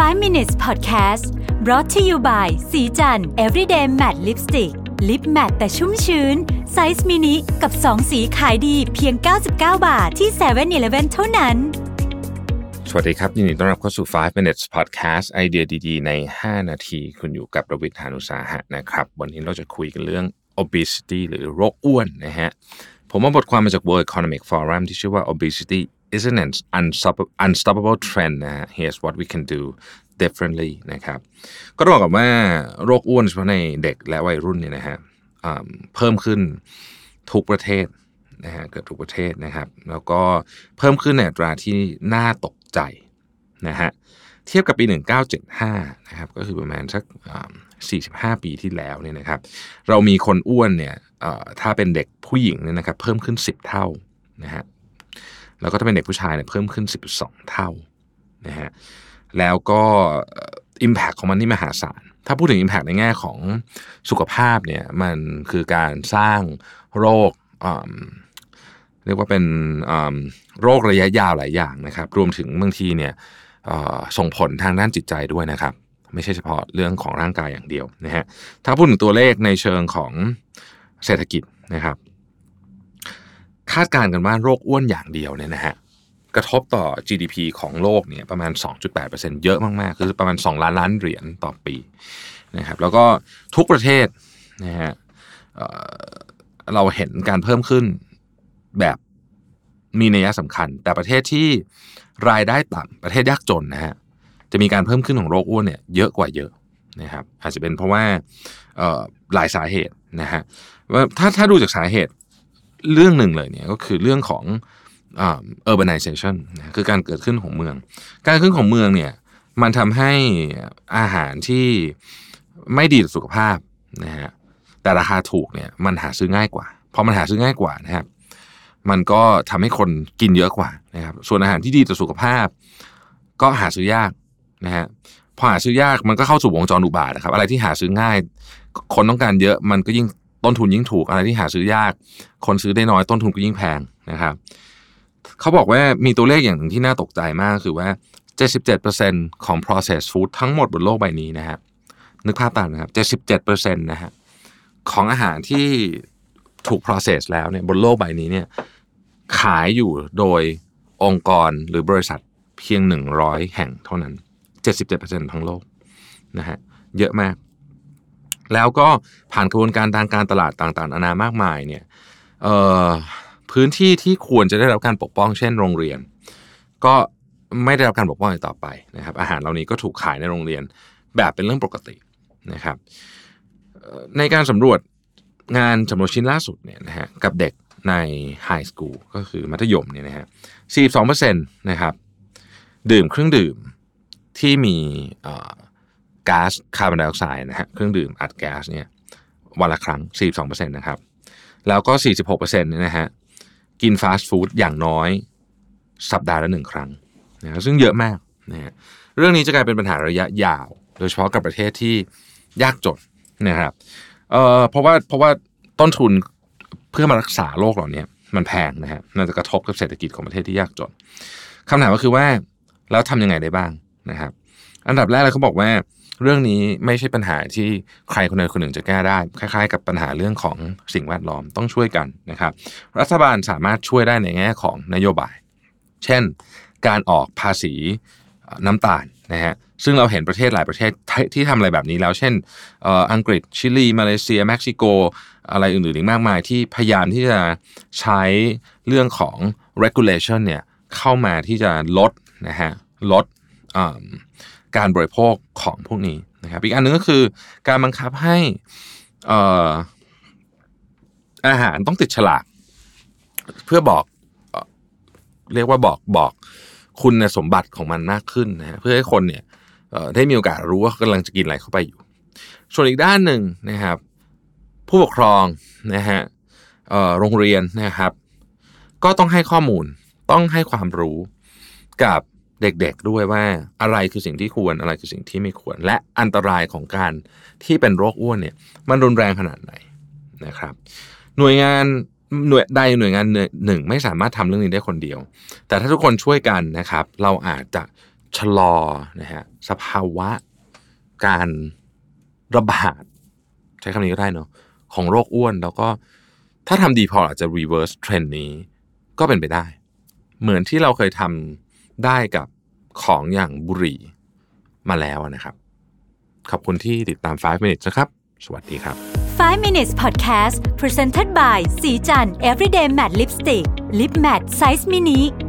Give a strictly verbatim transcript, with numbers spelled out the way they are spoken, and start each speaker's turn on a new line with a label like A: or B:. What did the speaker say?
A: five minutes podcast brought to you by สีจัน everyday matte lipstick lip matte แต่ชุ่มชื้นไซส์มินิกับสองสีขายดีเพียงเก้าสิบเก้าบาทที่ เซเว่นอีเลฟเว่น เท่านั้น
B: สวัสดีครับยินดีต้อนรับเข้าสู่five minutes podcast ไอเดียดีๆในห้านาทีคุณอยู่กับรวิทย์ หาญอุตสาหะนะครับวันนี้เราจะคุยกันเรื่อง obesity หรือโรคอ้วนนะฮะผมเอาบทความมาจาก World Economic Forum ที่ชื่อว่า obesity isn't an unstoppable trend นะฮะ here's what we can do differently นะครับก็ต้องบอกกับว่าโรคอ้วนเฉพาะในเด็กและวัยรุ่นเนี่ยนะฮะเพิ่มขึ้นทุกประเทศนะฮะเกือบทุกประเทศนะครับแล้วก็เพิ่มขึ้นในอัตราที่น่าตกใจนะฮะเทียบกับปีหนึ่งพันเก้าร้อยเจ็ดสิบห้านะครับก็คือประมาณสักสี่สิบห้าปีที่แล้วเนี่ยนะครับเรามีคนอ้วนเนี่ยถ้าเป็นเด็กผู้หญิงเนี่ยนะครับเพิ่มขึ้นสิบเท่านะฮะแล้วก็ถ้าเป็นเด็กผู้ชายเนี่ยเพิ่มขึ้นสิบสองเท่านะฮะแล้วก็ impact ของมันนี่มหาศาลถ้าพูดถึง impact ในแง่ของสุขภาพเนี่ยมันคือการสร้างโรคเรียกว่าเป็นโรคระยะยาวหลายอย่างนะครับรวมถึงบางทีเนี่ยส่งผลทางด้านจิตใจด้วยนะครับไม่ใช่เฉพาะเรื่องของร่างกายอย่างเดียวนะฮะถ้าพูดถึงตัวเลขในเชิงของเศรษฐกิจนะครับคาดการณ์กันว่าโรคอ้วนอย่างเดียวเนี่ยนะฮะกระทบต่อ จี ดี พี ของโลกเนี่ยประมาณ สองจุดแปดเปอร์เซ็นต์ เยอะมากๆคือประมาณสองล้านล้านเหรียญต่อปีนะครับแล้วก็ทุกประเทศนะฮะ เอ่อ เราเห็นการเพิ่มขึ้นแบบมีนัยสำคัญแต่ประเทศที่รายได้ต่ำประเทศยากจนนะฮะจะมีการเพิ่มขึ้นของโรคอ้วนเนี่ยเยอะกว่าเยอะนะครับอาจจะเป็นเพราะว่าเอ่อหลายสาเหตุนะฮะว่าถ้าถ้าดูจากสาเหตุเรื่องหนึ่งเลยเนี่ยก็คือเรื่องของอ่า urbanization นะคือการเกิดขึ้นของเมืองการเกิดขึ้นของเมืองเนี่ยมันทำให้อาหารที่ไม่ดีต่อสุขภาพนะฮะแต่ราคาถูกเนี่ยมันหาซื้อง่ายกว่าพอมันหาซื้อง่ายกว่านะครับมันก็ทำให้คนกินเยอะกว่านะครับส่วนอาหารที่ดีต่อสุขภาพก็หาซื้อยากนะฮะพอหาซื้อยากมันก็เข้าสู่วงจรอุบาทนะครับอะไรที่หาซื้อง่ายคนต้องการเยอะมันก็ยิ่งต้นทุนยิ่งถูกอะไรที่หาซื้อยากคนซื้อได้น้อยต้นทุนก็ยิ่งแพงนะครับเขาบอกว่ามีตัวเลขอย่างหนึ่งที่น่าตกใจมากคือว่า เจ็ดสิบเจ็ดเปอร์เซ็นต์ ของ processed food ทั้งหมดบนโลกใบนี้นะฮะนึกภาพตามนะครับ เจ็ดสิบเจ็ดเปอร์เซ็นต์ นะฮะของอาหารที่ถูก process แล้วเนี่ยบนโลกใบนี้เนี่ยขายอยู่โดยองค์กรหรือบริษัทเพียงหนึ่งร้อยแห่งเท่านั้น เจ็ดสิบเจ็ดเปอร์เซ็นต์ ทั้งโลกนะฮะเยอะมากแล้วก็ผ่านกระบวนการทางการตลาดต่างๆนานามากมายเนี่ยเอ่อพื้นที่ที่ควรจะได้รับการปกป้องเช่นโรงเรียนก็ไม่ได้รับการปกป้องอีกต่อไปนะครับอาหารเหล่านี้ก็ถูกขายในโรงเรียนแบบเป็นเรื่องปกตินะครับในการสำรวจงานสำรวจชิ้นล่าสุดเนี่ยนะฮะกับเด็กในไฮสคูลก็คือมัธยมเนี่ยนะฮะ สี่สิบสองเปอร์เซ็นต์ นะครับดื่มเครื่องดื่มที่มีก๊าซคาร์บอนไดออกไซด์นะฮะเครื่องดื่มอัดแก๊สเนี่ยวันละครั้ง สี่สิบสองเปอร์เซ็นต์ นะครับแล้วก็ สี่สิบหกเปอร์เซ็นต์ เนี่ยนะฮะกินฟาสต์ฟู้ดอย่างน้อยสัปดาห์ละหนึ่งครั้งนะซึ่งเยอะมากนะฮะเรื่องนี้จะกลายเป็นปัญหาระยะยาวโดยเฉพาะกับประเทศที่ยากจนนะครับเอ่อเพราะว่าเพราะว่าต้นทุนเพื่อมารักษาโรคเหล่านี้มันแพงนะฮะมันจะกระทบกับเศรษฐกิจของประเทศที่ยากจนคำถามก็คือว่าแล้วทำยังไงได้บ้างนะครับอันดับแรกเลยเขาบอกว่าเรื่องนี้ไม่ใช่ปัญหาที่ใครคนใดคนหนึ่งจะแก้ได้คล้ายๆกับปัญหาเรื่องของสิ่งแวดล้อมต้องช่วยกันนะครับรัฐบาลสามารถช่วยได้ในแง่ของนโยบายเช่นการออกภาษีน้ำตาลนะฮะซึ่งเราเห็นประเทศหลายประเทศที่ทำอะไรแบบนี้แล้วเช่นเอ่ออังกฤษชิลีมาเลเซียเม็กซิโกอะไรอื่นๆอีกมากมายที่พยายามที่จะใช้เรื่องของ regulation เนี่ยเข้ามาที่จะลดนะฮะลดการบริโภคของพวกนี้นะครับอีกอันนึงก็คือการบังคับให้เอ่ออาหารต้องติดฉลากเพื่อบอกเรียกว่าบอกบอกคุณสมบัติของมันมากขึ้นนะฮะเพื่อให้คนเนี่ยได้มีโอกาสรู้ว่ากำลังจะกินอะไรเข้าไปอยู่ส่วนอีกด้านหนึ่งนะครับผู้ปกครองนะฮะโรงเรียนนะครับก็ต้องให้ข้อมูลต้องให้ความรู้กับเด็กๆด้วยว่าอะไรคือสิ่งที่ควรอะไรคือสิ่งที่ไม่ควรและอันตรายของการที่เป็นโรคอ้วนเนี่ยมันรุนแรงขนาดไหนนะครับหน่วยงานหน่วยใดหน่วยงานหนึ่งไม่สามารถทำเรื่องนี้ได้คนเดียวแต่ถ้าทุกคนช่วยกันนะครับเราอาจจะชะลอนะฮะสภาวะการระบาดใช้คำนี้ก็ได้เนาะของโรคอ้วนแล้วก็ถ้าทำดีพออาจจะ reverse trend นี้ก็เป็นไปได้เหมือนที่เราเคยทำได้กับของอย่างบุหรี่มาแล้วนะครับขอบคุณที่ติดตาม five minutes นะครับสวัสดีครับ
A: five minutes podcast presented by สีจัน everyday matte lipstick lip matte size mini